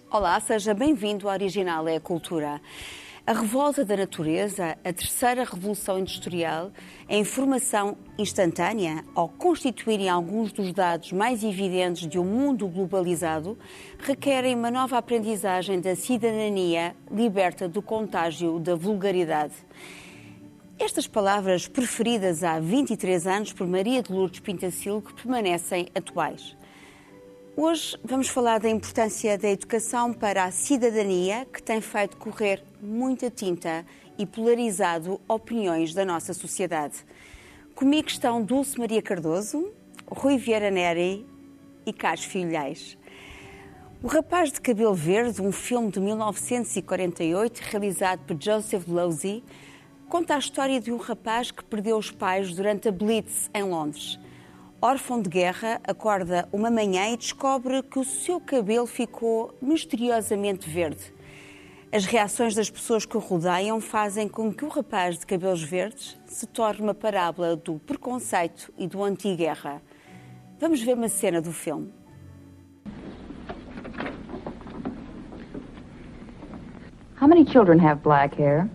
Olá, seja bem-vindo ao Original é a Cultura. A revolta da natureza, a terceira revolução industrial, a informação instantânea, ao constituírem alguns dos dados mais evidentes de um mundo globalizado, requerem uma nova aprendizagem da cidadania liberta do contágio da vulgaridade. Estas palavras, preferidas há 23 anos por Maria de Lourdes Pintacilgo, permanecem atuais. Hoje vamos falar da importância da educação para a cidadania, que tem feito correr muita tinta e polarizado opiniões da nossa sociedade. Comigo estão Dulce Maria Cardoso, Rui Vieira Neri e Carlos Filhais. O Rapaz de Cabelo Verde, um filme de 1948, realizado por Joseph Losey, conta a história de um rapaz que perdeu os pais durante a Blitz em Londres. Órfão de guerra, acorda uma manhã e descobre que o seu cabelo ficou misteriosamente verde. As reações das pessoas que o rodeiam fazem com que o rapaz de cabelos verdes se torne uma parábola do preconceito e do anti-guerra. Vamos ver uma cena do filme. How many children have black hair?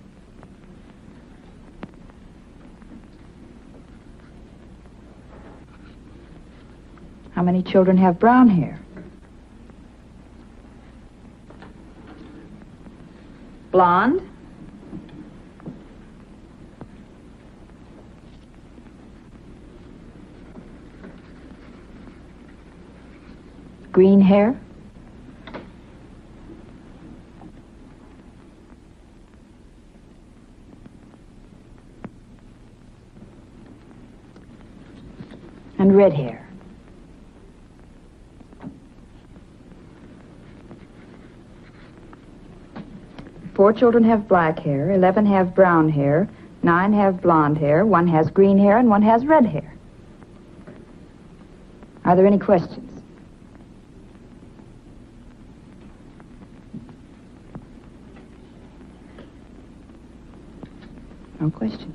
How many children have brown hair? Blonde? Green hair? And red hair? 4 children have black hair, 11 have brown hair, 9 have blonde hair, 1 has green hair, and 1 has red hair. Are there any questions? No questions.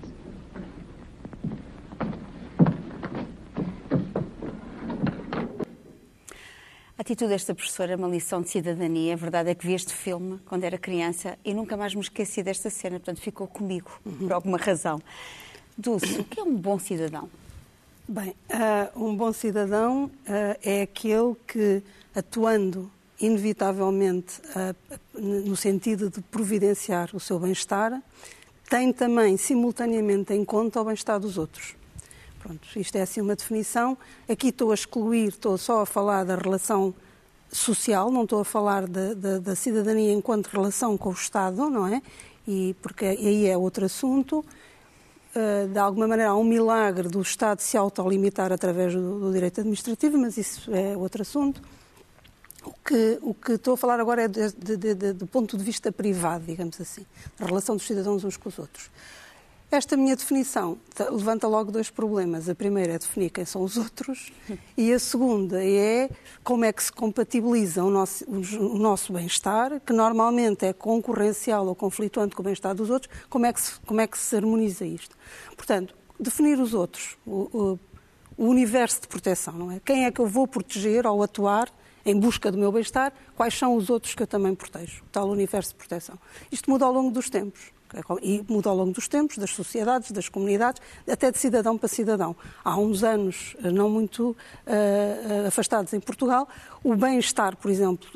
A atitude desta professora é uma lição de cidadania. A verdade é que vi este filme quando era criança e nunca mais me esqueci desta cena, portanto ficou comigo, por alguma razão. Dulce, o que é um bom cidadão? Bem, um bom cidadão é aquele que, atuando inevitavelmente no sentido de providenciar o seu bem-estar, tem também, simultaneamente, em conta o bem-estar dos outros. Pronto, isto é assim uma definição. Aqui estou a excluir, estou só a falar da relação social, não estou a falar da cidadania enquanto relação com o Estado, não é? Porque aí é outro assunto. De alguma maneira há um milagre do Estado se autolimitar através do direito administrativo, mas isso é outro assunto. O que estou a falar agora é do ponto de vista privado, digamos assim, da relação dos cidadãos uns com os outros. Esta minha definição levanta logo 2 problemas. A primeira é definir quem são os outros e a segunda é como é que se compatibiliza o nosso bem-estar, que normalmente é concorrencial ou conflituante com o bem-estar dos outros, como é que se harmoniza isto. Portanto, definir os outros, o universo de proteção, não é? Quem é que eu vou proteger ao atuar em busca do meu bem-estar, quais são os outros que eu também protejo, o tal universo de proteção. Isto muda ao longo dos tempos. E muda ao longo dos tempos, das sociedades, das comunidades, até de cidadão para cidadão. Há uns anos, não muito afastados em Portugal, o bem-estar, por exemplo,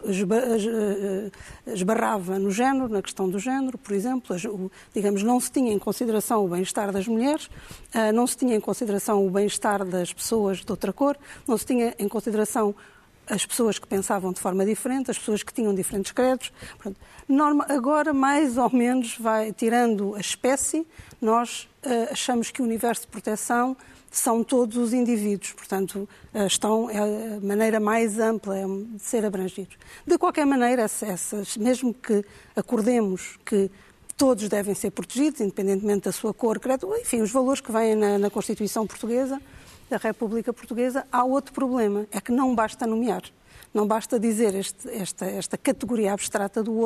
esbarrava no género, na questão do género, por exemplo, digamos, não se tinha em consideração o bem-estar das mulheres, não se tinha em consideração o bem-estar das pessoas de outra cor, não se tinha em consideração as pessoas que pensavam de forma diferente, as pessoas que tinham diferentes credos. Agora, mais ou menos, tirando a espécie, nós achamos que o universo de proteção são todos os indivíduos. Portanto, é a maneira mais ampla de ser abrangidos. De qualquer maneira, mesmo que acordemos que todos devem ser protegidos, independentemente da sua cor, credo, enfim, os valores que vêm na Constituição Portuguesa, da República Portuguesa, há outro problema, é que não basta nomear, não basta dizer esta categoria abstrata do outro,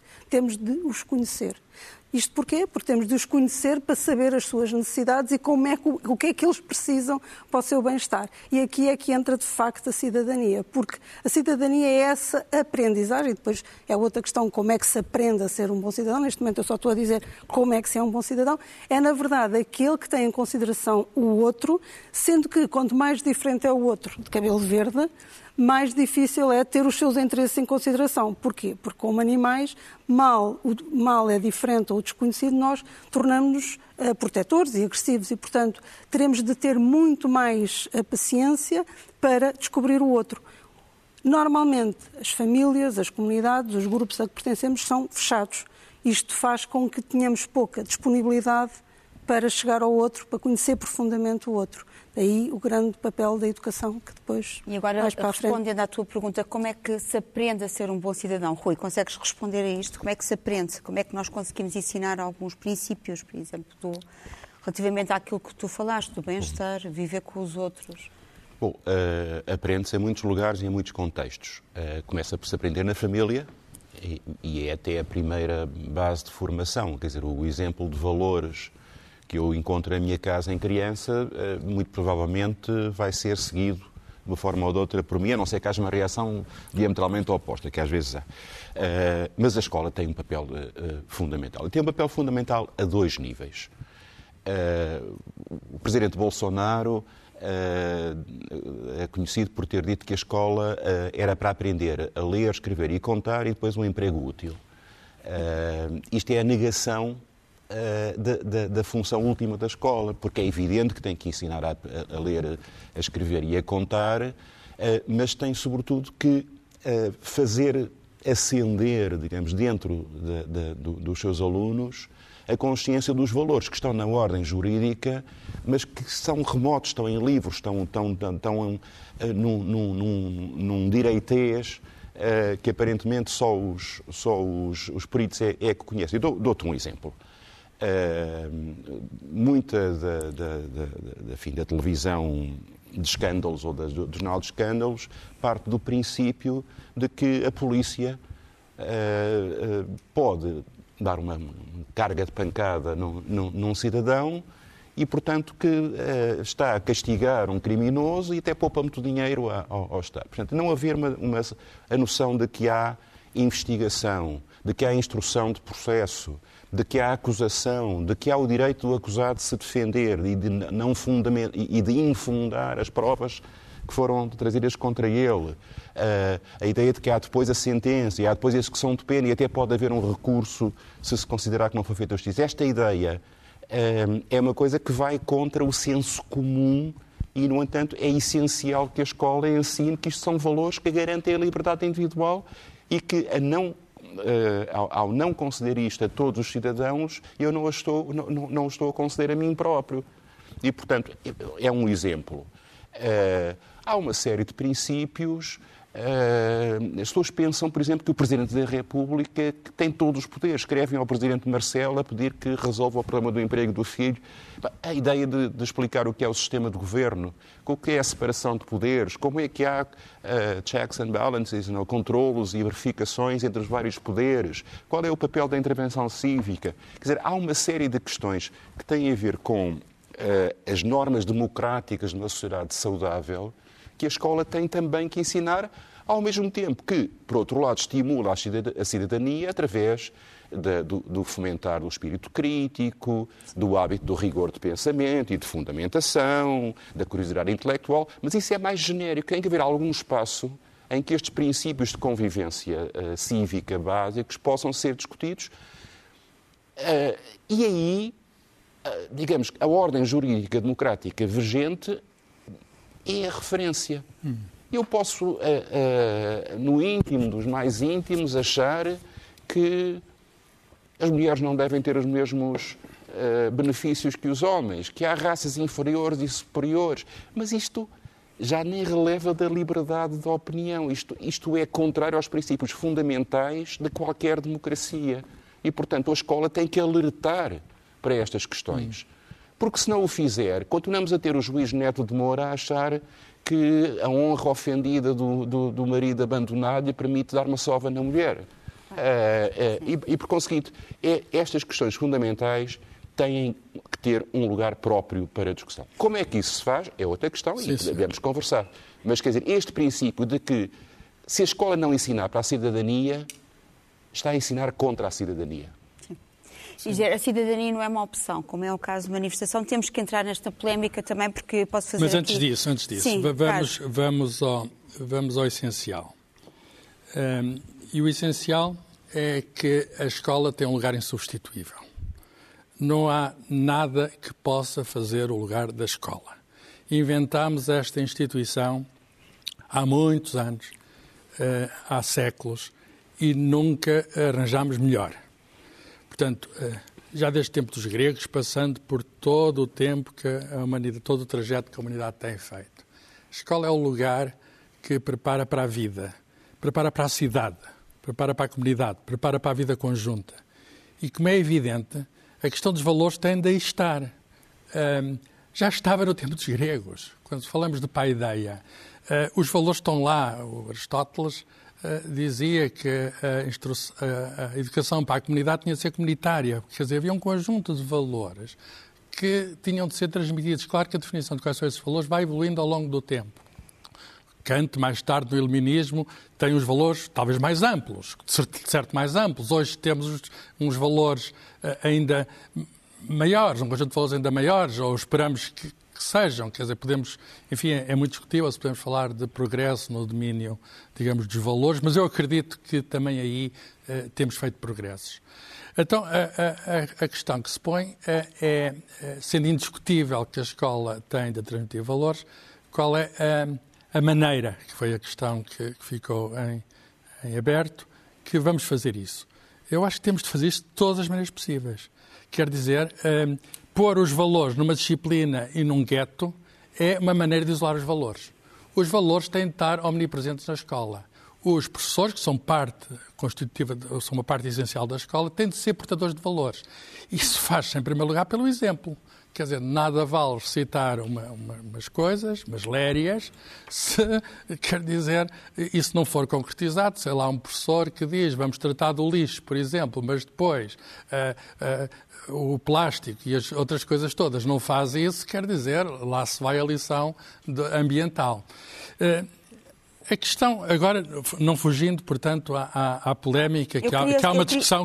temos de os conhecer. Isto porquê? Porque temos de os conhecer para saber as suas necessidades e o que é que eles precisam para o seu bem-estar. E aqui é que entra, de facto, a cidadania, porque a cidadania é essa aprendizagem. E depois é outra questão, como é que se aprende a ser um bom cidadão. Neste momento eu só estou a dizer como é que se é um bom cidadão. É, na verdade, aquele que tem em consideração o outro, sendo que quanto mais diferente é o outro, de cabelo verde, mais difícil é ter os seus interesses em consideração. Porquê? Porque como animais, o mal é diferente ou desconhecido, nós tornamos-nos protetores e agressivos e, portanto, teremos de ter muito mais paciência para descobrir o outro. Normalmente, as famílias, as comunidades, os grupos a que pertencemos são fechados. Isto faz com que tenhamos pouca disponibilidade para chegar ao outro, para conhecer profundamente o outro. Daí o grande papel da educação que depois E agora, mais para a frente. respondendo à tua pergunta, como é que se aprende a ser um bom cidadão? Rui, consegues responder a isto? Como é que se aprende? Como é que nós conseguimos ensinar alguns princípios, por exemplo, relativamente àquilo que tu falaste, do bem-estar, viver com os outros? Bom, aprende-se em muitos lugares e em muitos contextos. Começa por se aprender na família e é até a primeira base de formação. Quer dizer, o exemplo de valores que eu encontro na minha casa em criança, muito provavelmente vai ser seguido de uma forma ou de outra por mim, a não ser que haja uma reação diametralmente oposta, que às vezes há. Mas a escola tem um papel fundamental. E tem um papel fundamental a 2 níveis. O presidente Bolsonaro é conhecido por ter dito que a escola era para aprender a ler, escrever e contar e depois um emprego útil. Isto é a negação da função última da escola, porque é evidente que tem que ensinar a ler, a escrever e a contar, mas tem sobretudo que fazer acender, digamos, dentro dos seus alunos a consciência dos valores que estão na ordem jurídica, mas que são remotos, estão em livros, estão num direitês que aparentemente só os peritos é que conhecem. Dou-te um exemplo. Muita da televisão de escândalos ou do jornal de escândalos parte do princípio de que a polícia pode dar uma carga de pancada num cidadão e, portanto, que está a castigar um criminoso e até poupa muito dinheiro ao Estado. Portanto, não haver a noção de que há investigação, de que há instrução de processo, de que há acusação, de que há o direito do acusado de se defender e de infundar as provas que foram trazidas contra ele. A ideia de que há depois a sentença, há depois a execução de pena e até pode haver um recurso se se considerar que não foi feita a justiça. Esta ideia é uma coisa que vai contra o senso comum e, no entanto, é essencial que a escola ensine que isto são valores que garantem a liberdade individual e que ao não conceder isto a todos os cidadãos, eu não estou a conceder a mim próprio. E, portanto, é um exemplo. Há uma série de princípios. As pessoas pensam, por exemplo, que o Presidente da República tem todos os poderes. Escrevem ao Presidente Marcelo a pedir que resolva o problema do emprego do filho. A ideia de explicar o que é o sistema de governo, o que é a separação de poderes, como é que há checks and balances, controlos e verificações entre os vários poderes, qual é o papel da intervenção cívica. Quer dizer, há uma série de questões que têm a ver com as normas democráticas de uma sociedade saudável que a escola tem também que ensinar, ao mesmo tempo que, por outro lado, estimula a cidadania através do fomentar do espírito crítico, do hábito do rigor de pensamento e de fundamentação, da curiosidade intelectual, mas isso é mais genérico. Tem que haver algum espaço em que estes princípios de convivência cívica básicos possam ser discutidos. E aí, digamos, a ordem jurídica democrática vigente é a referência. Eu posso, no íntimo dos mais íntimos, achar que as mulheres não devem ter os mesmos benefícios que os homens, que há raças inferiores e superiores. Mas isto já nem releva da liberdade de opinião. Isto é contrário aos princípios fundamentais de qualquer democracia. E, portanto, a escola tem que alertar para estas questões. Porque, se não o fizer, continuamos a ter o juiz Neto de Moura a achar que a honra ofendida do marido abandonado lhe permite dar uma sova na mulher. E por conseguinte, estas questões fundamentais têm que ter um lugar próprio para a discussão. Como é que isso se faz? É outra questão e devemos conversar. Mas, quer dizer, este princípio de que se a escola não ensinar para a cidadania, está a ensinar contra a cidadania. Dizer, a cidadania não é uma opção, como é o caso de manifestação. Temos que entrar nesta polémica também, porque posso fazer. Mas antes disso, Sim, vamos ao essencial. E o essencial é que a escola tem um lugar insubstituível. Não há nada que possa fazer o lugar da escola. Inventámos esta instituição há muitos anos, há séculos, e nunca arranjámos melhor. Portanto, já desde o tempo dos gregos, passando por todo o tempo que a humanidade, todo o trajeto que a humanidade tem feito. A escola é o lugar que prepara para a vida, prepara para a cidade, prepara para a comunidade, prepara para a vida conjunta. E, como é evidente, a questão dos valores tem de aí estar. Já estava no tempo dos gregos, quando falamos de paideia. Os valores estão lá. O Aristóteles dizia que a educação para a comunidade tinha de ser comunitária. Quer dizer, havia um conjunto de valores que tinham de ser transmitidos. Claro que a definição de quais são esses valores vai evoluindo ao longo do tempo. Kant, mais tarde, no iluminismo, tem os valores talvez mais amplos, de certo mais amplos. Hoje temos uns valores ainda maiores, um conjunto de valores ainda maiores, ou esperamos que sejam. Quer dizer, podemos, enfim, é muito discutível se podemos falar de progresso no domínio, digamos, dos valores, mas eu acredito que também aí temos feito progressos. Então, a questão que se põe é, sendo indiscutível que a escola tem de transmitir valores, qual é a maneira, que foi a questão que ficou em aberto, que vamos fazer isso. Eu acho que temos de fazer isto de todas as maneiras possíveis. Quer dizer, pôr os valores numa disciplina e num gueto é uma maneira de isolar os valores. Os valores têm de estar omnipresentes na escola. Os professores, que são parte constitutiva, são uma parte essencial da escola, têm de ser portadores de valores. Isso faz-se, em primeiro lugar, pelo exemplo. Quer dizer, nada vale recitar umas coisas, umas lérias, se, quer dizer, isso não for concretizado. Sei lá, um professor que diz, vamos tratar do lixo, por exemplo, mas depois o plástico e as outras coisas todas não faz isso, quer dizer, lá se vai a lição ambiental. A questão, agora, não fugindo, portanto, à polémica, que há uma discussão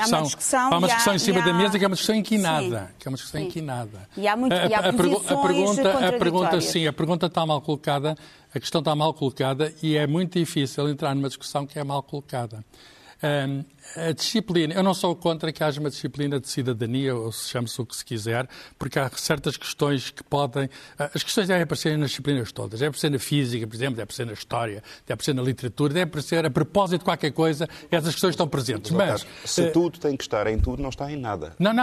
em cima da mesa, que é uma discussão inquinada. Que é uma discussão inquinada. E há posições a pergunta está mal colocada, a questão está mal colocada e é muito difícil entrar numa discussão que é mal colocada. A disciplina, eu não sou contra que haja uma disciplina de cidadania, ou se chame-se o que se quiser, porque há certas questões que podem... As questões devem aparecer nas disciplinas todas. Deve ser na física, por exemplo, deve ser na história, deve ser na literatura, deve ser a propósito de qualquer coisa, essas questões estão presentes. Mas se tudo tem que estar em tudo, não está em nada. Não.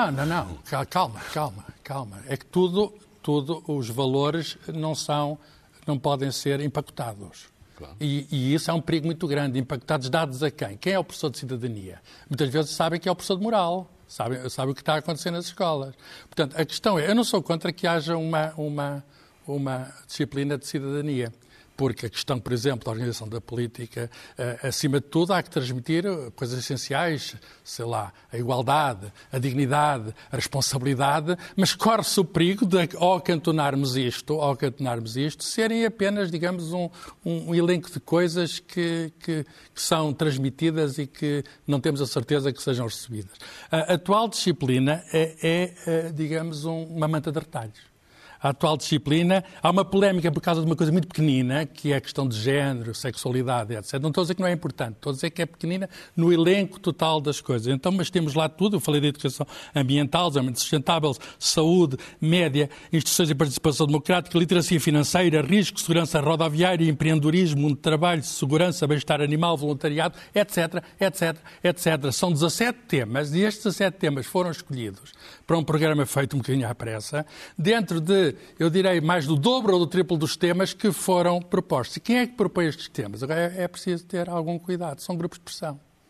Calma. É que tudo os valores não podem ser empacotados. Claro. E isso é um perigo muito grande. Impactados dados a quem? Quem é o professor de cidadania? Muitas vezes sabem que é o professor de moral, sabem o que está a acontecer nas escolas. Portanto, a questão é, eu não sou contra que haja uma disciplina de cidadania, porque a questão, por exemplo, da organização da política, acima de tudo, há que transmitir coisas essenciais, sei lá, a igualdade, a dignidade, a responsabilidade, mas corre-se o perigo de, ao acantonarmos isto, serem apenas, digamos, um elenco de coisas que são transmitidas e que não temos a certeza que sejam recebidas. A atual disciplina é digamos, uma manta de retalhos. A atual disciplina, há uma polémica por causa de uma coisa muito pequenina, que é a questão de género, sexualidade, etc. Não estou a dizer que não é importante, estou a dizer que é pequenina no elenco total das coisas. Então, mas temos lá tudo, eu falei da educação ambiental, desenvolvimento sustentável, saúde, média, instituições de participação democrática, literacia financeira, risco, segurança rodoviária, empreendedorismo, mundo de trabalho, segurança, bem-estar animal, voluntariado, etc. São 17 temas, e estes 17 temas foram escolhidos para um programa feito um bocadinho à pressa, dentro de, eu direi, mais do dobro ou do triplo dos temas que foram propostos. E quem é que propõe estes temas? Agora é preciso ter algum cuidado. São grupos de pressão.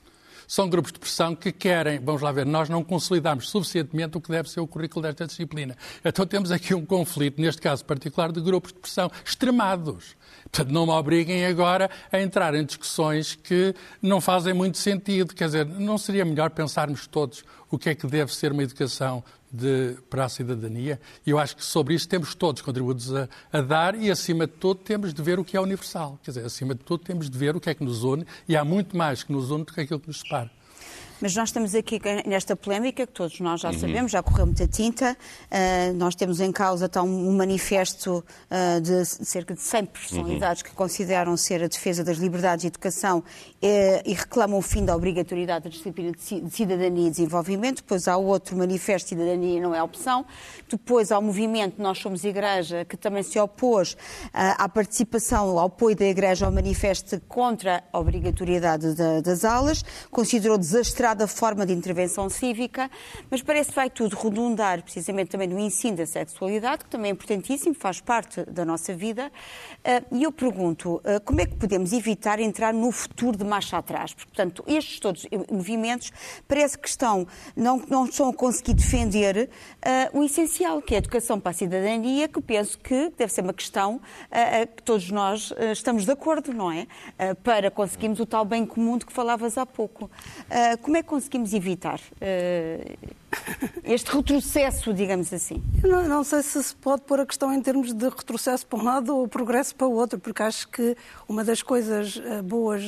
São grupos de pressão que querem, vamos lá ver, nós não consolidamos suficientemente o que deve ser o currículo desta disciplina. Então temos aqui um conflito, neste caso particular, de grupos de pressão extremados. Portanto, não me obriguem agora a entrar em discussões que não fazem muito sentido. Quer dizer, não seria melhor pensarmos todos o que é que deve ser uma educação para a cidadania? E eu acho que sobre isso temos todos contributos a dar e, acima de tudo, temos de ver o que é universal. Quer dizer, acima de tudo, temos de ver o que é que nos une e há muito mais que nos une do que aquilo que nos separa. Mas nós estamos aqui nesta polémica, que todos nós já sabemos, já correu muita tinta. Nós temos em causa um manifesto de cerca de 100 personalidades que consideram ser a defesa das liberdades de educação e reclamam o fim da obrigatoriedade da disciplina de cidadania e desenvolvimento. Depois há outro manifesto de cidadania não é opção. Depois há o movimento Nós Somos Igreja, que também se opôs à participação, ao apoio da Igreja ao manifesto contra a obrigatoriedade das aulas. Considerou desastrada a forma de intervenção cívica, mas parece que vai tudo redundar precisamente também no ensino da sexualidade, que também é importantíssimo, faz parte da nossa vida. E eu pergunto, como é que podemos evitar entrar no futuro de marcha atrás? Porque, portanto, estes todos movimentos parece que não estão a conseguir defender o essencial, que é a educação para a cidadania, que penso que deve ser uma questão que todos nós estamos de acordo, não é? Para conseguirmos o tal bem comum de que falavas há pouco. Como é que conseguimos evitar este retrocesso, digamos assim? Eu não sei se pode pôr a questão em termos de retrocesso para um lado ou progresso para o outro, porque acho que uma das coisas boas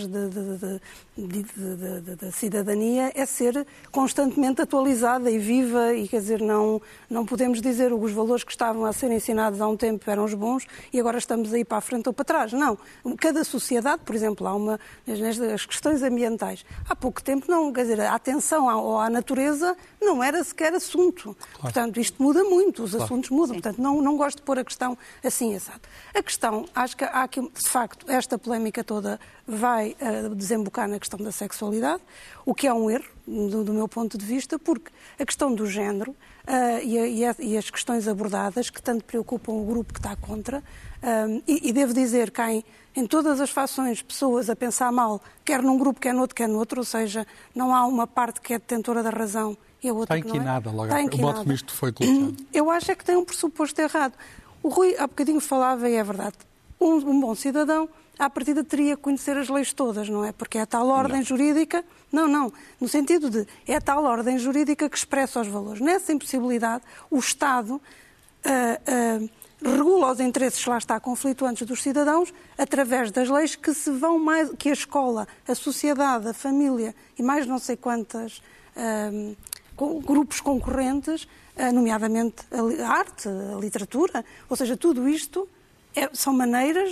da cidadania é ser constantemente atualizada e viva e, quer dizer, não podemos dizer que os valores que estavam a ser ensinados há um tempo eram os bons e agora estamos a ir para a frente ou para trás. Não. Cada sociedade, por exemplo, há as questões ambientais. Há pouco tempo, não, quer dizer, a atenção à natureza não era sequer assunto. Claro. Portanto, isto muda muito, os assuntos mudam. Sim. Portanto, não gosto de pôr a questão assim, exato. A questão, acho que há aqui, de facto, esta polémica toda vai desembocar na questão da sexualidade, o que é um erro, do meu ponto de vista, porque a questão do género e as questões abordadas, que tanto preocupam o grupo que está contra, e devo dizer que há em todas as fações pessoas a pensar mal, quer num grupo, quer noutro, ou seja, não há uma parte que é detentora da razão e a outra que não é. Está inquinada, logo. O modo como isto foi colocado. Eu acho é que tem um pressuposto errado. O Rui há bocadinho falava, e é verdade, um bom cidadão, à partida teria que conhecer as leis todas, não é? Porque é a tal ordem jurídica... Não. No sentido de... É a tal ordem jurídica que expressa os valores. Nessa impossibilidade, o Estado regula os interesses, lá está, conflituantes dos cidadãos, através das leis que se vão mais... que a escola, a sociedade, a família e mais não sei quantas grupos concorrentes, nomeadamente a arte, a literatura, ou seja, tudo isto... são maneiras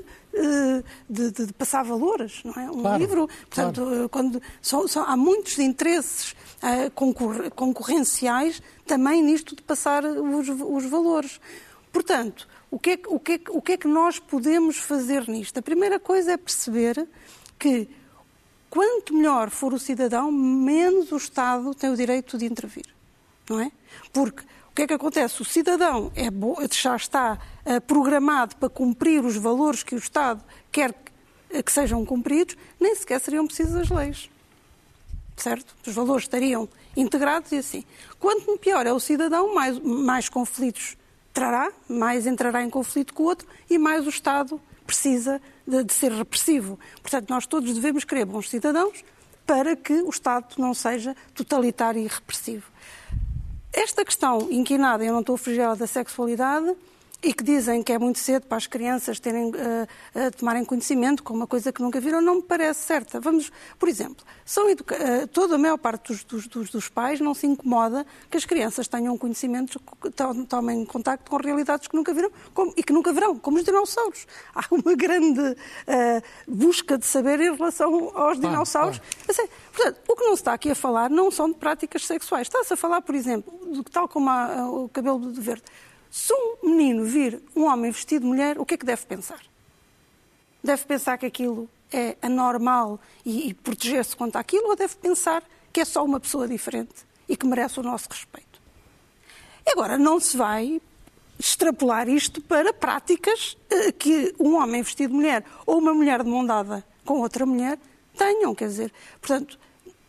de passar valores, não é? Um livro, portanto, quando há muitos interesses concorrenciais também nisto de passar os valores. Portanto, o que é que nós podemos fazer nisto? A primeira coisa é perceber que quanto melhor for o cidadão, menos o Estado tem o direito de intervir, não é? Porque o que é que acontece? O cidadão já está programado para cumprir os valores que o Estado quer que sejam cumpridos, nem sequer seriam precisas as leis. Certo? Os valores estariam integrados e assim. Quanto pior é o cidadão, mais conflitos trará, mais entrará em conflito com o outro e mais o Estado precisa de ser repressivo. Portanto, nós todos devemos querer bons cidadãos para que o Estado não seja totalitário e repressivo. Esta questão inquinada, eu não estou a fugir da sexualidade, e que dizem que é muito cedo para as crianças tomarem conhecimento com uma coisa que nunca viram, não me parece certa. Vamos, por exemplo, toda a maior parte dos pais não se incomoda que as crianças tenham conhecimento, tomem contacto com realidades que nunca viram e que nunca verão, como os dinossauros. Há uma grande busca de saber em relação aos dinossauros. Assim, portanto, o que não se está aqui a falar não são de práticas sexuais. Está-se a falar, por exemplo, tal como o cabelo de verde. Se um menino vir um homem vestido de mulher, o que é que deve pensar? Deve pensar que aquilo é anormal e proteger-se contra aquilo, ou deve pensar que é só uma pessoa diferente e que merece o nosso respeito? E agora, não se vai extrapolar isto para práticas que um homem vestido de mulher ou uma mulher de mão dada com outra mulher tenham, quer dizer, portanto,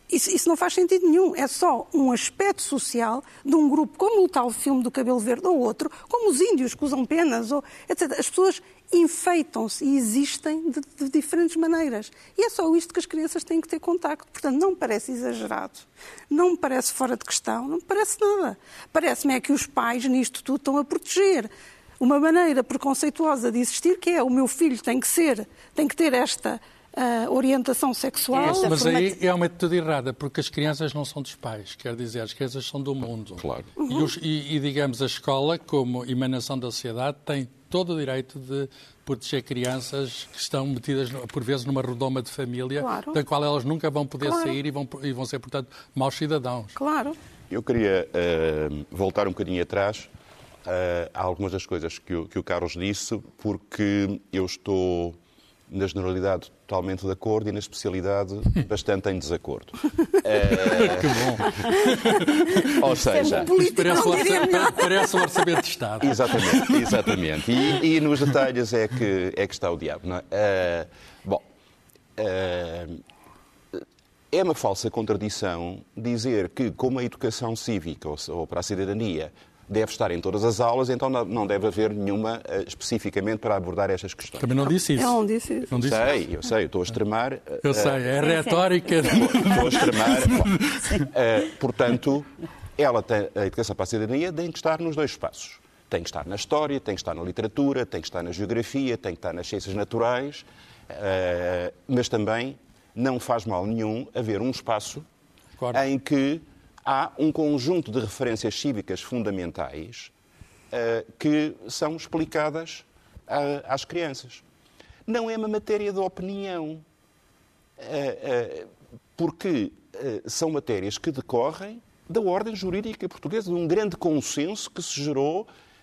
Isso não faz sentido nenhum. É só um aspecto social de um grupo, como o tal filme do Cabelo Verde ou outro, como os índios que usam penas, ou, etc. As pessoas enfeitam-se e existem de diferentes maneiras. E é só isto que as crianças têm que ter contacto. Portanto, não me parece exagerado, não me parece fora de questão, não me parece nada. Parece-me é que os pais nisto tudo estão a proteger uma maneira preconceituosa de existir, que é o meu filho tem que ter esta orientação sexual. Mas aí é uma atitude errada, porque as crianças não são dos pais, quer dizer, as crianças são do mundo. Claro. E digamos, a escola, como emanação da sociedade, tem todo o direito de proteger crianças que estão metidas, por vezes, numa redoma de família, claro, da qual elas nunca vão poder sair e vão ser, portanto, maus cidadãos. Claro. Eu queria voltar um bocadinho atrás a algumas das coisas que o Carlos disse, porque eu estou, na generalidade, totalmente de acordo e, na especialidade, bastante em desacordo. Que bom! Ou seja... Parece um orçamento de Estado. Exatamente. E nos detalhes é que está o diabo, não é? É uma falsa contradição dizer que, como a educação cívica ou para a cidadania deve estar em todas as aulas, então não deve haver nenhuma especificamente para abordar estas questões. Também não disse isso. Não disse isso. Não disse eu sei, eu estou a extremar. Eu sei, é retórica. Estou a extremar. Portanto, a educação para a cidadania tem que estar nos dois espaços. Tem que estar na história, tem que estar na literatura, tem que estar na geografia, tem que estar nas ciências naturais, mas também não faz mal nenhum haver um espaço em que há um conjunto de referências cívicas fundamentais que são explicadas às crianças. Não é uma matéria de opinião, porque são matérias que decorrem da ordem jurídica portuguesa, de um grande consenso que se gerou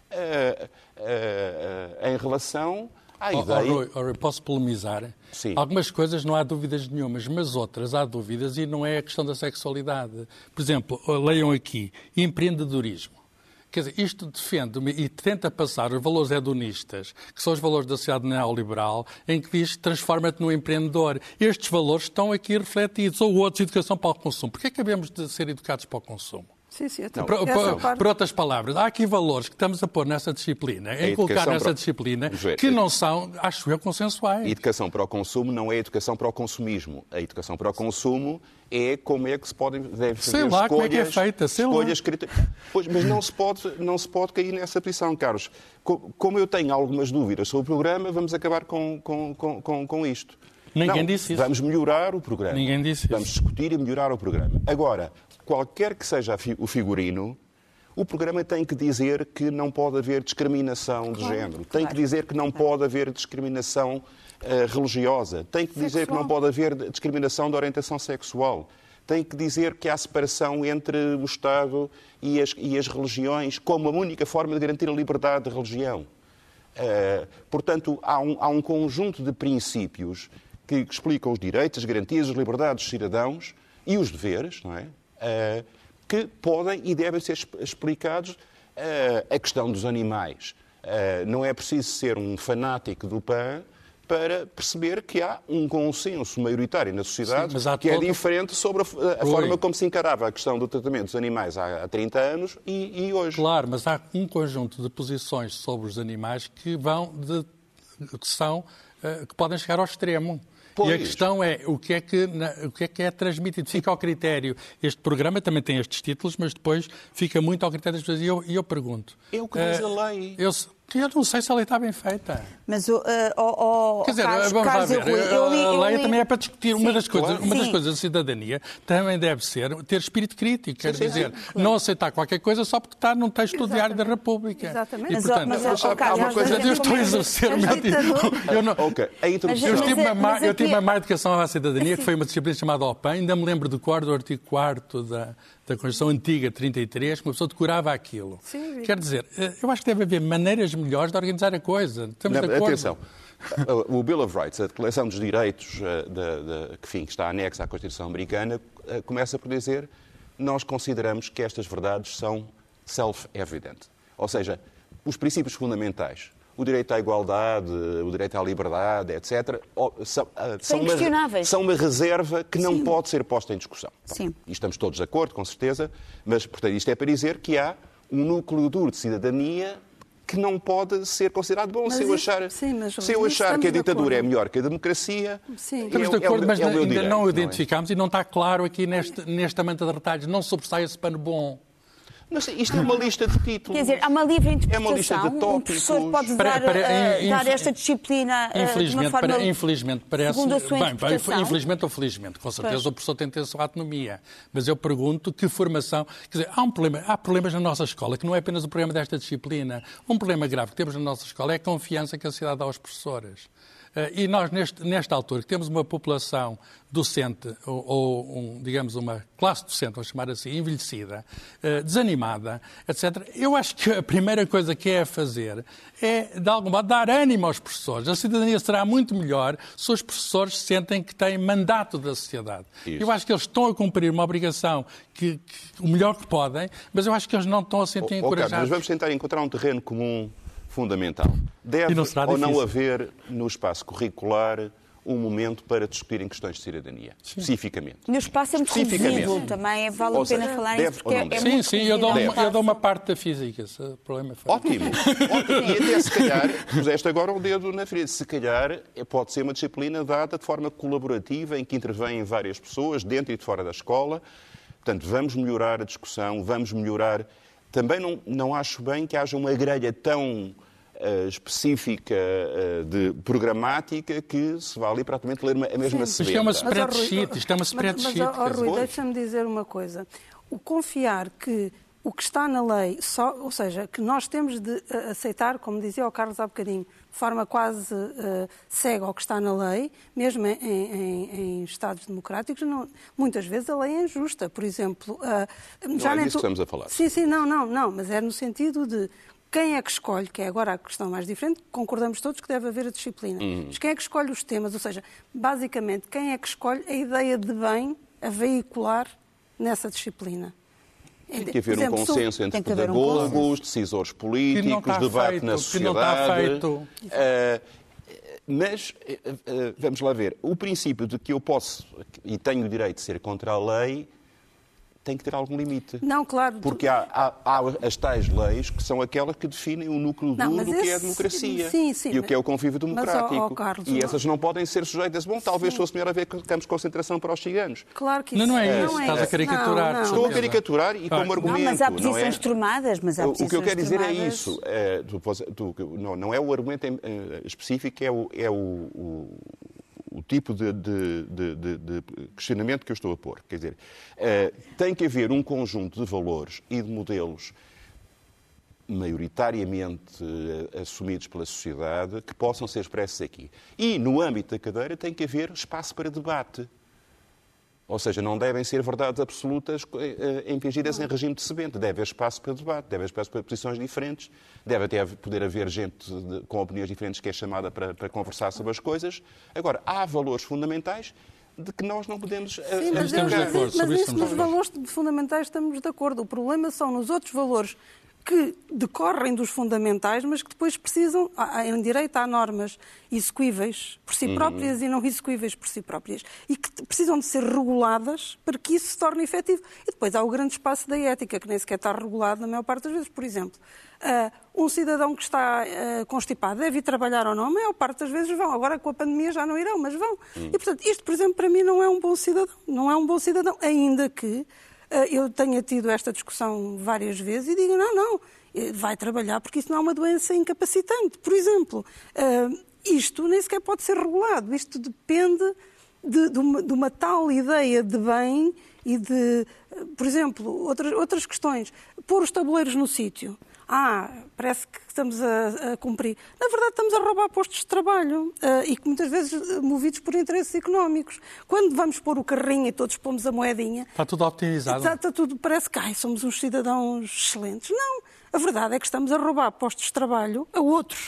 em relação à ideia... Posso polemizar? Sim. Algumas coisas não há dúvidas nenhumas, mas outras há dúvidas e não é a questão da sexualidade. Por exemplo, leiam aqui, empreendedorismo. Quer dizer, isto defende e tenta passar os valores hedonistas, que são os valores da sociedade neoliberal, em que diz transforma-te num empreendedor. Estes valores estão aqui refletidos. Ou outros, educação para o consumo. Porquê é que devemos de ser educados para o consumo? Sim, Por outras palavras, há aqui valores que estamos a pôr nessa disciplina, em colocar nessa disciplina, que não são, acho eu, consensuais. A educação para o consumo não é a educação para o consumismo. A educação para o consumo é como é que se deve fazer sei lá, como é que é feita, escolhas Pois, mas não se pode cair nessa posição, Carlos. Como eu tenho algumas dúvidas sobre o programa, vamos acabar com isto. Ninguém disse isso. Vamos melhorar o programa. Ninguém disse isso. Vamos discutir e melhorar o programa. Agora, qualquer que seja o figurino, o programa tem que dizer que não pode haver discriminação de género. Tem que dizer que não pode haver discriminação religiosa. Tem que dizer que não pode haver discriminação de orientação sexual. Tem que dizer que há separação entre o Estado e as religiões como a única forma de garantir a liberdade de religião. Portanto, há um conjunto de princípios que explicam os direitos, as garantias, as liberdades dos cidadãos e os deveres, não é? Que podem e devem ser explicados. A questão dos animais. Não é preciso ser um fanático do PAN para perceber que há um consenso maioritário na sociedade que é diferente sobre a forma como se encarava a questão do tratamento dos animais há 30 anos e hoje. Claro, mas há um conjunto de posições sobre os animais que podem chegar ao extremo. Pois. E a questão é o que é transmitido. Fica ao critério. Este programa também tem estes títulos, mas depois fica muito ao critério das pessoas. E eu pergunto... É o que diz a lei. Eu não sei se a lei está bem feita. Mas, quer dizer, vamos lá ver. A lei também é para discutir. Uma das coisas da cidadania também deve ser ter espírito crítico. Quer dizer, não aceitar qualquer coisa só porque está num texto do Diário da República. Exatamente. E, portanto, há uma coisa... Eu estou a exercer o meu Eu tive uma má educação à cidadania, que foi uma disciplina chamada OPAN. Ainda me lembro do artigo 4º da Constituição Antiga, 33, que uma pessoa decorava aquilo. Sim. Quer dizer, eu acho que deve haver maneiras melhores de organizar a coisa. Estamos de acordo. Atenção, o Bill of Rights, a Declaração dos Direitos, que está anexa à Constituição Americana, começa por dizer: nós consideramos que estas verdades são self-evident. Ou seja, os princípios fundamentais, o direito à igualdade, o direito à liberdade, etc., são uma reserva que não pode ser posta em discussão. Sim. E estamos todos de acordo, com certeza, mas, portanto, isto é para dizer que há um núcleo duro de cidadania que não pode ser considerado bom. Se eu achar que a ditadura é melhor que a democracia, estamos de acordo, mas ainda não o identificámos e não está claro aqui nesta manta de retalhos. Não sobressai esse pano bom. Mas isto é uma lista de títulos. Quer dizer, há uma livre interpretação. É uma lista de tópicos. Um professor pode dar esta disciplina de uma forma infelizmente, parece, segundo a sua interpretação. Infelizmente ou felizmente. Com certeza o professor tem a sua autonomia. Mas eu pergunto que formação... Quer dizer, há problemas na nossa escola, que não é apenas o problema desta disciplina. Um problema grave que temos na nossa escola é a confiança que a sociedade dá aos professores. E nós, nesta altura, que temos uma população docente, digamos, uma classe docente, vamos chamar assim, envelhecida, desanimada, etc., eu acho que a primeira coisa que é a fazer é, de algum modo, dar ânimo aos professores. A cidadania será muito melhor se os professores sentem que têm mandato da sociedade. Isso. Eu acho que eles estão a cumprir uma obrigação o melhor que podem, mas eu acho que eles não estão a sentir encorajados. Mas vamos tentar encontrar um terreno comum fundamental. Deve ou não haver no espaço curricular um momento para discutirem questões de cidadania, especificamente. E o espaço é muito reduzido, também vale a pena falar nisso, porque é muito Sim, eu dou uma parte da física, se o problema é ótimo. E até se calhar, puseste agora o dedo na ferida, se calhar pode ser uma disciplina dada de forma colaborativa, em que intervêm várias pessoas, dentro e de fora da escola. Portanto, vamos melhorar a discussão, vamos melhorar... Também não acho bem que haja uma grelha tão específica de programática que se vá ali praticamente ler a mesma sebenta. Isto é uma spreadsheet. Mas, Rui, deixa-me dizer uma coisa. O confiar que o que está na lei, ou seja, que nós temos de aceitar, como dizia o Carlos há bocadinho, de forma quase cega ao que está na lei, mesmo em Estados democráticos, muitas vezes a lei é injusta. Por exemplo... não é disso que estamos a falar. Sim, não, mas é no sentido de quem é que escolhe, que é agora a questão mais diferente, concordamos todos que deve haver a disciplina. Mas quem é que escolhe os temas? Ou seja, basicamente, quem é que escolhe a ideia de bem a veicular nessa disciplina? Tem que haver um consenso entre pedagogos, decisores políticos, debate na sociedade. Mas, vamos lá ver, o princípio de que eu posso e tenho o direito de ser contra a lei tem que ter algum limite. Não, claro. Porque há as tais leis que são aquelas que definem o núcleo duro do que é a democracia e o que é o convívio democrático. Carlos, e essas não podem ser sujeitas. Bom, talvez fosse melhor haver campos de concentração para os ciganos. Claro que isso não é isso. Estás a caricaturar. Estou a caricaturar e como argumento. Não, mas há posições tromadas. O que eu quero dizer é isso. Não é o argumento específico, é o tipo de questionamento que eu estou a pôr. Quer dizer, tem que haver um conjunto de valores e de modelos maioritariamente assumidos pela sociedade que possam ser expressos aqui. E, no âmbito da cadeira, tem que haver espaço para debate. Ou seja, não devem ser verdades absolutas impingidas em regime de sebente. Deve haver espaço para debate, deve haver espaço para posições diferentes, deve até poder haver gente com opiniões diferentes que é chamada para conversar sobre as coisas. Agora, há valores fundamentais de que nós não podemos... Mas isso nos valores fundamentais estamos de acordo. O problema são nos outros valores que decorrem dos fundamentais, mas que depois precisam, em direito há normas execuíveis por si próprias e não execuíveis por si próprias, e que precisam de ser reguladas para que isso se torne efetivo. E depois há o grande espaço da ética, que nem sequer está regulado na maior parte das vezes. Por exemplo, um cidadão que está constipado deve ir trabalhar ou não? A maior parte das vezes vão. Agora com a pandemia já não irão, mas vão. E, portanto, isto, por exemplo, para mim não é um bom cidadão. Não é um bom cidadão, ainda que eu tenha tido esta discussão várias vezes e digo, não, vai trabalhar porque isso não é uma doença incapacitante. Por exemplo, isto nem sequer pode ser regulado. Isto depende de uma tal ideia de bem e de, por exemplo, outras questões. Pôr os tabuleiros no sítio. Parece que estamos a cumprir. Na verdade, estamos a roubar postos de trabalho e que muitas vezes movidos por interesses económicos. Quando vamos pôr o carrinho e todos pomos a moedinha... Está tudo optimizado. Está tudo, parece que somos uns cidadãos excelentes. Não, a verdade é que estamos a roubar postos de trabalho a outros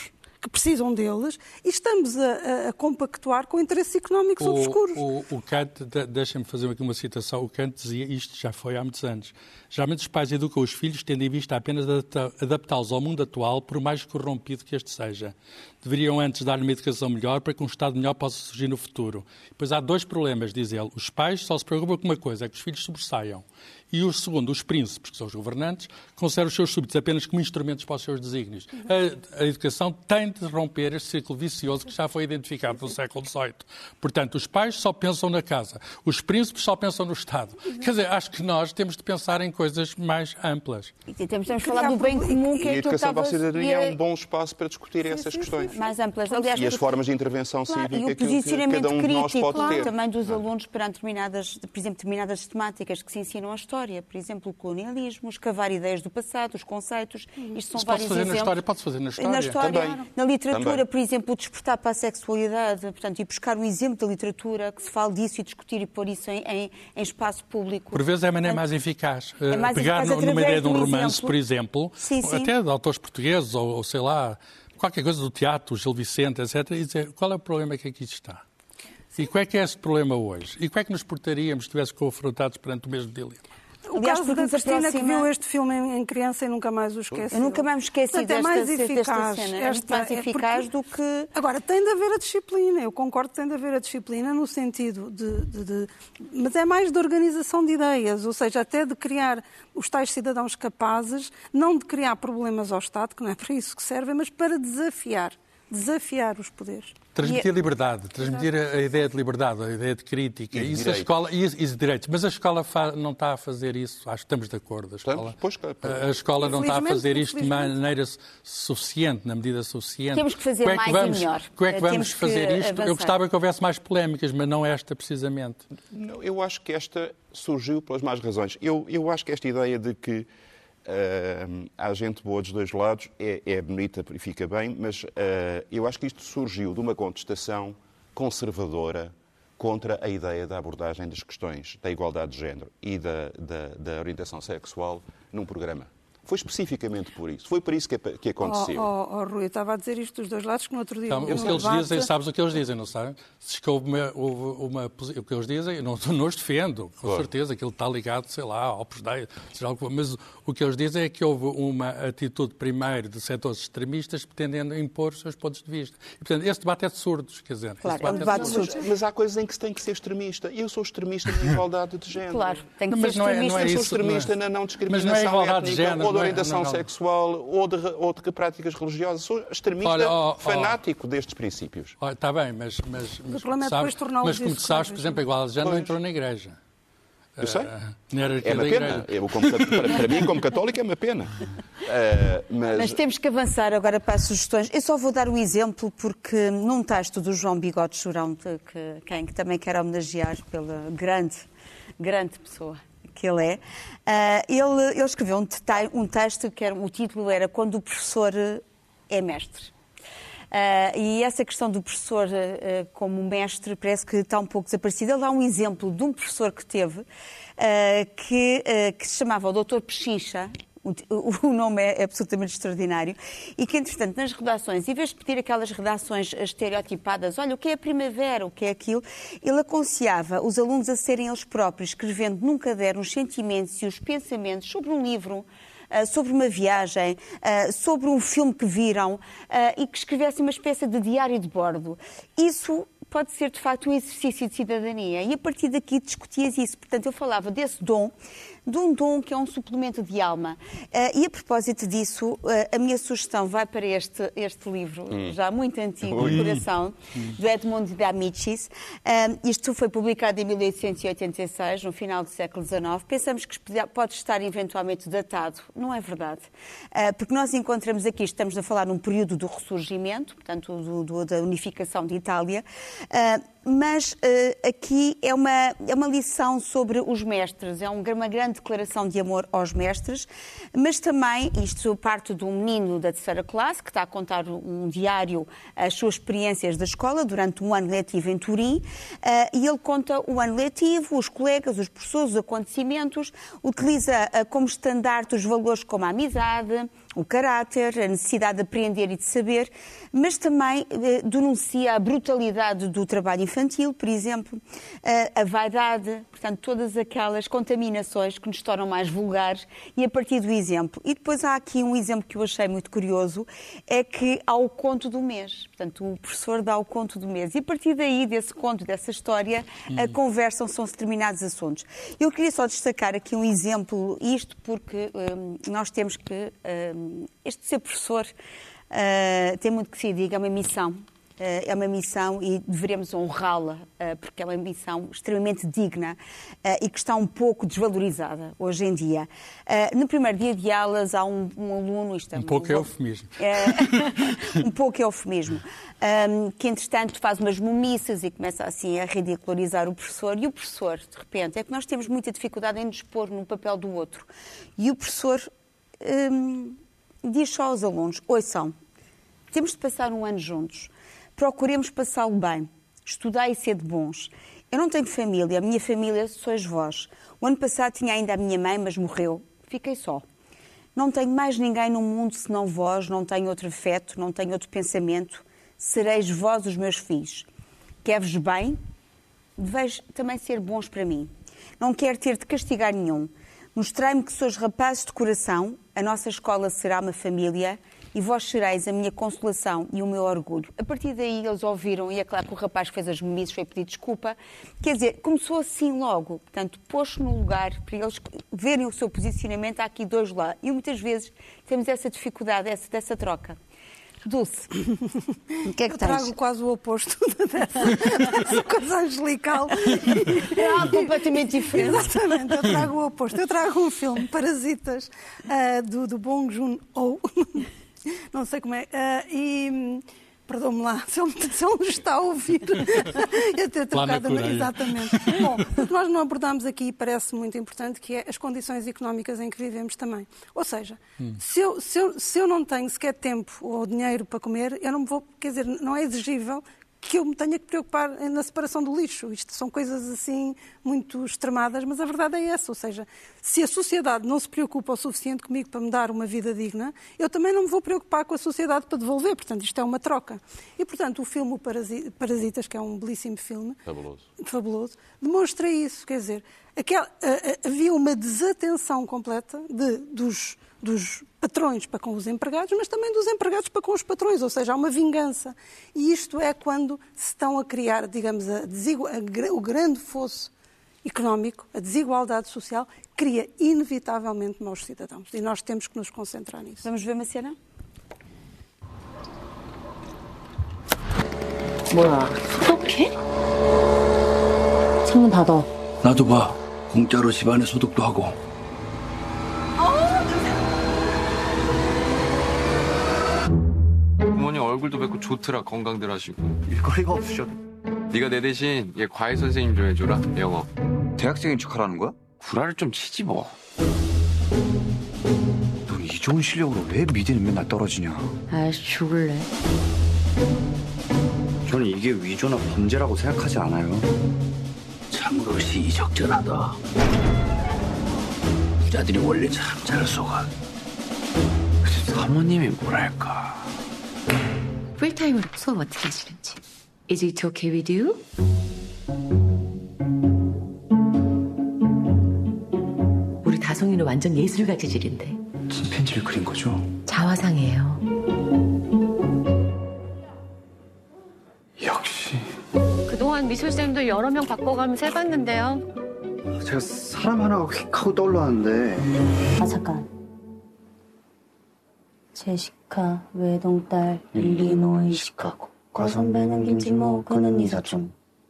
que precisam deles, e estamos a compactuar com interesses económicos obscuros. O Kant, deixa-me fazer aqui uma citação, o Kant dizia isto já foi há muitos anos. Geralmente os pais educam os filhos tendo em vista apenas adaptá-los ao mundo atual, por mais corrompido que este seja. Deveriam antes dar-lhe uma educação melhor para que um Estado melhor possa surgir no futuro. Pois há 2 problemas, diz ele. Os pais só se preocupam com uma coisa, é que os filhos sobressaiam. E o segundo, os príncipes, que são os governantes, consideram os seus súbditos apenas como instrumentos para os seus desígnios. A educação tem de romper este círculo vicioso que já foi identificado no século XVIII. Portanto, os pais só pensam na casa, os príncipes só pensam no Estado. Quer dizer, acho que nós temos de pensar em coisas mais amplas. E temos de falar do bem comum, que é a educação para a cidadania é um bom espaço para discutir essas questões. Mais amplas. Aliás, e as formas de intervenção cívica e o que posicionamento cada um de nós pode ter. também dos alunos perante por exemplo, determinadas temáticas que se ensinam a história. Por exemplo, o colonialismo, escavar ideias do passado, os conceitos. Isto são vários exemplos. Pode-se fazer na história. Na história, também. Na literatura, também. Por exemplo, o despertar para a sexualidade, portanto, e buscar um exemplo da literatura que se fale disso e discutir e pôr isso em espaço público. Por vezes é a maneira mais eficaz. Mais Pegar eficaz numa ideia de um exemplo. romance, por exemplo, Sim. até de autores portugueses, ou sei lá, qualquer coisa do teatro, Gil Vicente, etc., e dizer qual é o problema que aqui está. E qual é que é esse problema hoje? E como é que nos portaríamos se estivéssemos confrontados perante o mesmo dilema? O caso da Cristina, que viu este filme em criança e nunca mais o esqueceu. Eu nunca mais me esqueci desta cena. É muito mais eficaz do que... Agora, tem de haver a disciplina. Eu concordo que tem de haver a disciplina no sentido mas é mais de organização de ideias, ou seja, até de criar os tais cidadãos capazes, não de criar problemas ao Estado, que não é para isso que servem, mas para desafiar os poderes. Transmitir liberdade, transmitir a ideia de liberdade, a ideia de crítica. E isso a escola, e direitos. Mas a escola não está a fazer isso. Acho que estamos de acordo. A escola não está a fazer isto de maneira suficiente, na medida suficiente. Temos que fazer mais e melhor. Como é que vamos fazer isto? Avançar. Eu gostava que houvesse mais polémicas, mas não esta precisamente. Não, eu acho que esta surgiu pelas más razões. Eu acho que esta ideia de que há gente boa dos dois lados, é bonita e fica bem, mas eu acho que isto surgiu de uma contestação conservadora contra a ideia da abordagem das questões da igualdade de género e da orientação sexual num programa. Foi especificamente por isso. Foi por isso que aconteceu. Rui, eu estava a dizer isto dos dois lados, que no outro dia... Então, o que eles dizem, sabes o que eles dizem, não sabem? Se houve uma o que eles dizem, eu não os defendo, com certeza, aquilo está ligado, sei lá, ao Opus Dei, mas o que eles dizem é que houve uma atitude, primeiro, de setores extremistas pretendendo impor os seus pontos de vista. E, portanto, esse debate é de surdos, quer dizer... Claro, é um debate de surdos. Mas há coisas em que se tem que ser extremista. Eu sou extremista na igualdade de género. Claro, tem que ser extremista. Eu sou extremista na não discriminação étnica, igualdade de género, ou da orientação sexual, ou de práticas religiosas. Sou extremista fanático destes princípios. Está bem, mas como tu sabes, por exemplo, a igualdade de género não entrou na Igreja. Eu sei. É uma pena. Para mim, como católico, é uma pena. Mas temos que avançar agora para as sugestões. Eu só vou dar um exemplo, porque num texto do João Bigode Chorão, que também quero homenagear pela grande pessoa que ele é, ele escreveu um texto que o título era Quando o Professor é Mestre. E essa questão do professor como mestre parece que está um pouco desaparecida. Ele dá um exemplo de um professor que teve, que se chamava o Dr. Pechincha. O nome é absolutamente extraordinário. E que, entretanto, nas redações, em vez de pedir aquelas redações estereotipadas, olha, o que é a primavera, o que é aquilo, ele aconselhava os alunos a serem eles próprios, escrevendo num caderno os sentimentos e os pensamentos sobre um livro, sobre uma viagem, sobre um filme que viram, e que escrevessem uma espécie de diário de bordo. Isso pode ser, de facto, um exercício de cidadania. E, a partir daqui, discutias isso. Portanto, eu falava desse dom, de um dom que é um suplemento de alma. E, a propósito disso, a minha sugestão vai para este livro, já muito antigo, O Coração, do Edmond de Amicis. Isto foi publicado em 1886, no final do século XIX. Pensamos que pode estar eventualmente datado. Não é verdade. Porque nós encontramos aqui, estamos a falar num período do Ressurgimento, portanto, da unificação de Itália, Mas aqui é uma lição sobre os mestres, é uma grande declaração de amor aos mestres, mas também, isto parte de um menino da 3ª classe, que está a contar um diário, as suas experiências da escola durante um ano letivo em Turim, e ele conta o ano letivo, os colegas, os professores, os acontecimentos, utiliza como estandarte os valores como a amizade, o caráter, a necessidade de aprender e de saber, mas também denuncia a brutalidade do trabalho infantil, por exemplo, a vaidade, portanto, todas aquelas contaminações que nos tornam mais vulgares, e a partir do exemplo. E depois há aqui um exemplo que eu achei muito curioso, é que há o conto do mês. Portanto, o professor dá o conto do mês. E a partir daí, desse conto, dessa história, conversam-se determinados assuntos. Eu queria só destacar aqui um exemplo, isto porque nós temos que... este ser professor tem muito que se diga, é uma missão. É uma missão e deveremos honrá-la, porque é uma missão extremamente digna e que está um pouco desvalorizada hoje em dia. No primeiro dia de aulas há um aluno... Um pouco é eufemismo. Um pouco é eufemismo. Que, entretanto, faz umas momiças e começa assim a ridicularizar o professor. E o professor, de repente, é que nós temos muita dificuldade em nos pôr no papel do outro. E o professor diz só aos alunos, ouçam, temos de passar um ano juntos. Procuremos passá-lo bem, estudar e ser de bons. Eu não tenho família, a minha família sois vós. O ano passado tinha ainda a minha mãe, mas morreu. Fiquei só. Não tenho mais ninguém no mundo senão vós, não tenho outro afeto, não tenho outro pensamento. Sereis vós os meus filhos. Quer-vos bem, deveis também ser bons para mim. Não quero ter de castigar nenhum. Mostrai-me que sois rapazes de coração, a nossa escola será uma família e vós sereis a minha consolação e o meu orgulho. A partir daí eles ouviram, e é claro que o rapaz que fez as momices foi pedir desculpa. Quer dizer, começou assim logo, portanto, pôs-se no lugar para eles verem o seu posicionamento. Há aqui dois lá. E muitas vezes temos essa dificuldade, dessa troca. Dulce, o que é que eu tens? trago quase o oposto dessa coisa angelical. É algo completamente diferente. Exatamente, eu trago o oposto. Eu trago um filme, Parasitas, do Bong Joon-ho. Não sei como é. Perdão-me lá, se ele me está a ouvir. Eu ter trocado, exatamente. Bom, o que nós não abordamos aqui parece muito importante, que é as condições económicas em que vivemos também. Ou seja, se eu não tenho sequer tempo ou dinheiro para comer, eu não me vou, quer dizer, não é exigível que eu me tenha que preocupar na separação do lixo. Isto são coisas assim muito extremadas, mas a verdade é essa. Ou seja, se a sociedade não se preocupa o suficiente comigo para me dar uma vida digna, eu também não me vou preocupar com a sociedade para devolver. Portanto, isto é uma troca. E, portanto, o filme Parasitas, que é um belíssimo filme, fabuloso, demonstra isso. Quer dizer, havia uma desatenção completa dos patrões para com os empregados, mas também dos empregados para com os patrões, ou seja, há uma vingança. E isto é quando se estão a criar, digamos, o grande fosso económico, a desigualdade social, cria inevitavelmente maus cidadãos. E nós temos que nos concentrar nisso. Vamos ver uma cena? 뭐야, 소독해? 창문 닫아. 나도 봐. 공짜로 집안의 소독도 하고. 부모님 얼굴도 뵙고 좋더라. 건강들 하시고. 일거리가 없으셔도. 네가 내 대신 얘 과외 선생님 좀 해줘라. 영어. 대학생인 척하라는 거야? 구라를 좀 치지 뭐. 너 이 좋은 실력으로 왜 미대는 맨날 떨어지냐? 아이씨, 죽을래. 저는 이게 위조나 범죄라고 생각하지 않아요. 참으로 시의적절하다. 부자들이 원래 참 잘 속아. 사모님이 뭐랄까. 풀타임으로 수업 어떻게 하시는지. Is it okay with you? 우리 다송이는 완전 예술가 재질인데. 침팬지를 그린 거죠? 자화상이에요. 역시. 그동안 미술쌤도 여러 명 바꿔가면서 해봤는데요. 제가 사람 하나가 휙 하고 떠올랐는데. 아, 잠깐. 제시카, 외동딸, 일리노이, 시카고. 과선배는 김치모, 그는 이사촌.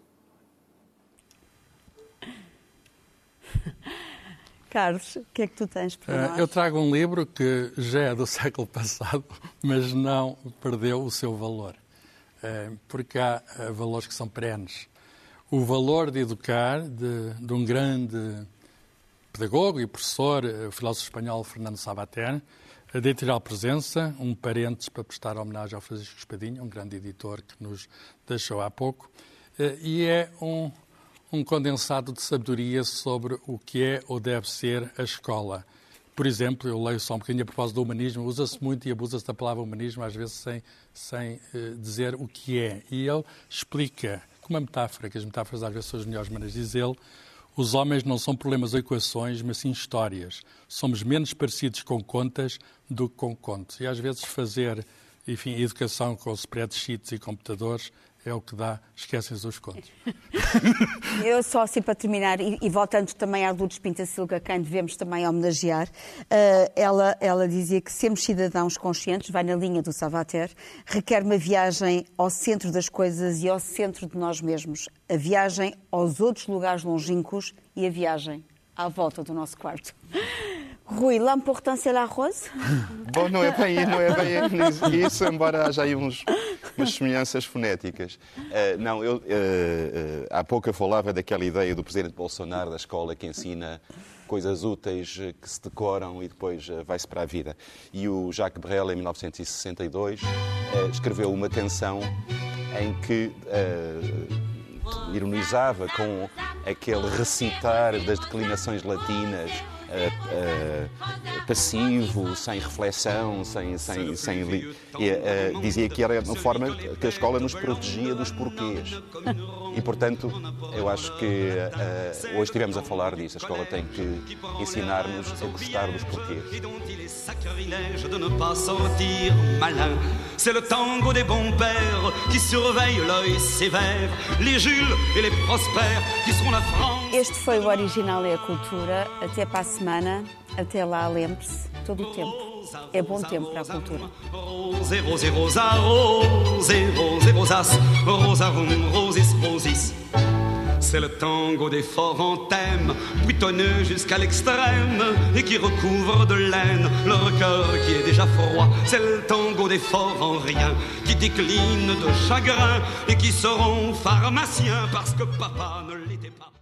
Carlos, o que é que tu tens para nós? Eu trago um livro que já é do século passado, mas não perdeu o seu valor. Porque há valores que são perenes. o valor de educar de um grande pedagogo e professor, o filósofo espanhol Fernando Savater, da editorial Presença, um parênteses para prestar homenagem ao Francisco Espadinha, um grande editor que nos deixou há pouco, e é um condensado de sabedoria sobre o que é ou deve ser a escola. Por exemplo, eu leio só um bocadinho a propósito do humanismo, usa-se muito e abusa-se da palavra humanismo, às vezes sem dizer o que é. E ele explica, com uma metáfora, que as metáforas às vezes são as melhores maneiras de dizê-lo, os homens não são problemas ou equações, mas sim histórias. Somos menos parecidos com contas do que com contos. E às vezes fazer, enfim, educação com spreadsheets e computadores é o que dá, esquecem-se os contos. Eu só assim para terminar, e voltando também à Lourdes Pintacilga, quem devemos também homenagear, ela dizia que sermos cidadãos conscientes, vai na linha do Savater, requer uma viagem ao centro das coisas e ao centro de nós mesmos. A viagem aos outros lugares longínquos e a viagem à volta do nosso quarto. Rui, l'important c'est la rose? Bom, não é bem isso, embora haja aí umas semelhanças fonéticas. Há pouco eu falava daquela ideia do presidente Bolsonaro da escola que ensina coisas úteis que se decoram e depois vai-se para a vida. E o Jacques Brel, em 1962, escreveu uma canção em que ironizava com aquele recitar das declinações latinas, passivo, sem reflexão, dizia que era uma forma que a escola nos protegia dos porquês. E, portanto, eu acho que hoje estivemos a falar disso. A escola tem que ensinar-nos a gostar dos porquês. De ne pas sortir malin. C'est le tango des bons pères qui surveillent l'œil sévère, les Jules et les Prosper qui sont la France. Este foi o Original é a Cultura. Até para a semana. Até lá, lembre-se, todo o tempo é bom tempo para a cultura. Rose, rose, rosa, rose, rose, rosas, rosarum, rosis, rosis. C'est le tango des forts en thème, buitonneux jusqu'à l'extrême, et qui recouvre de laine leur cœur qui est déjà froid. C'est le tango des forts en rien, qui déclinent de chagrin, et qui seront pharmaciens parce que papa ne l'était pas.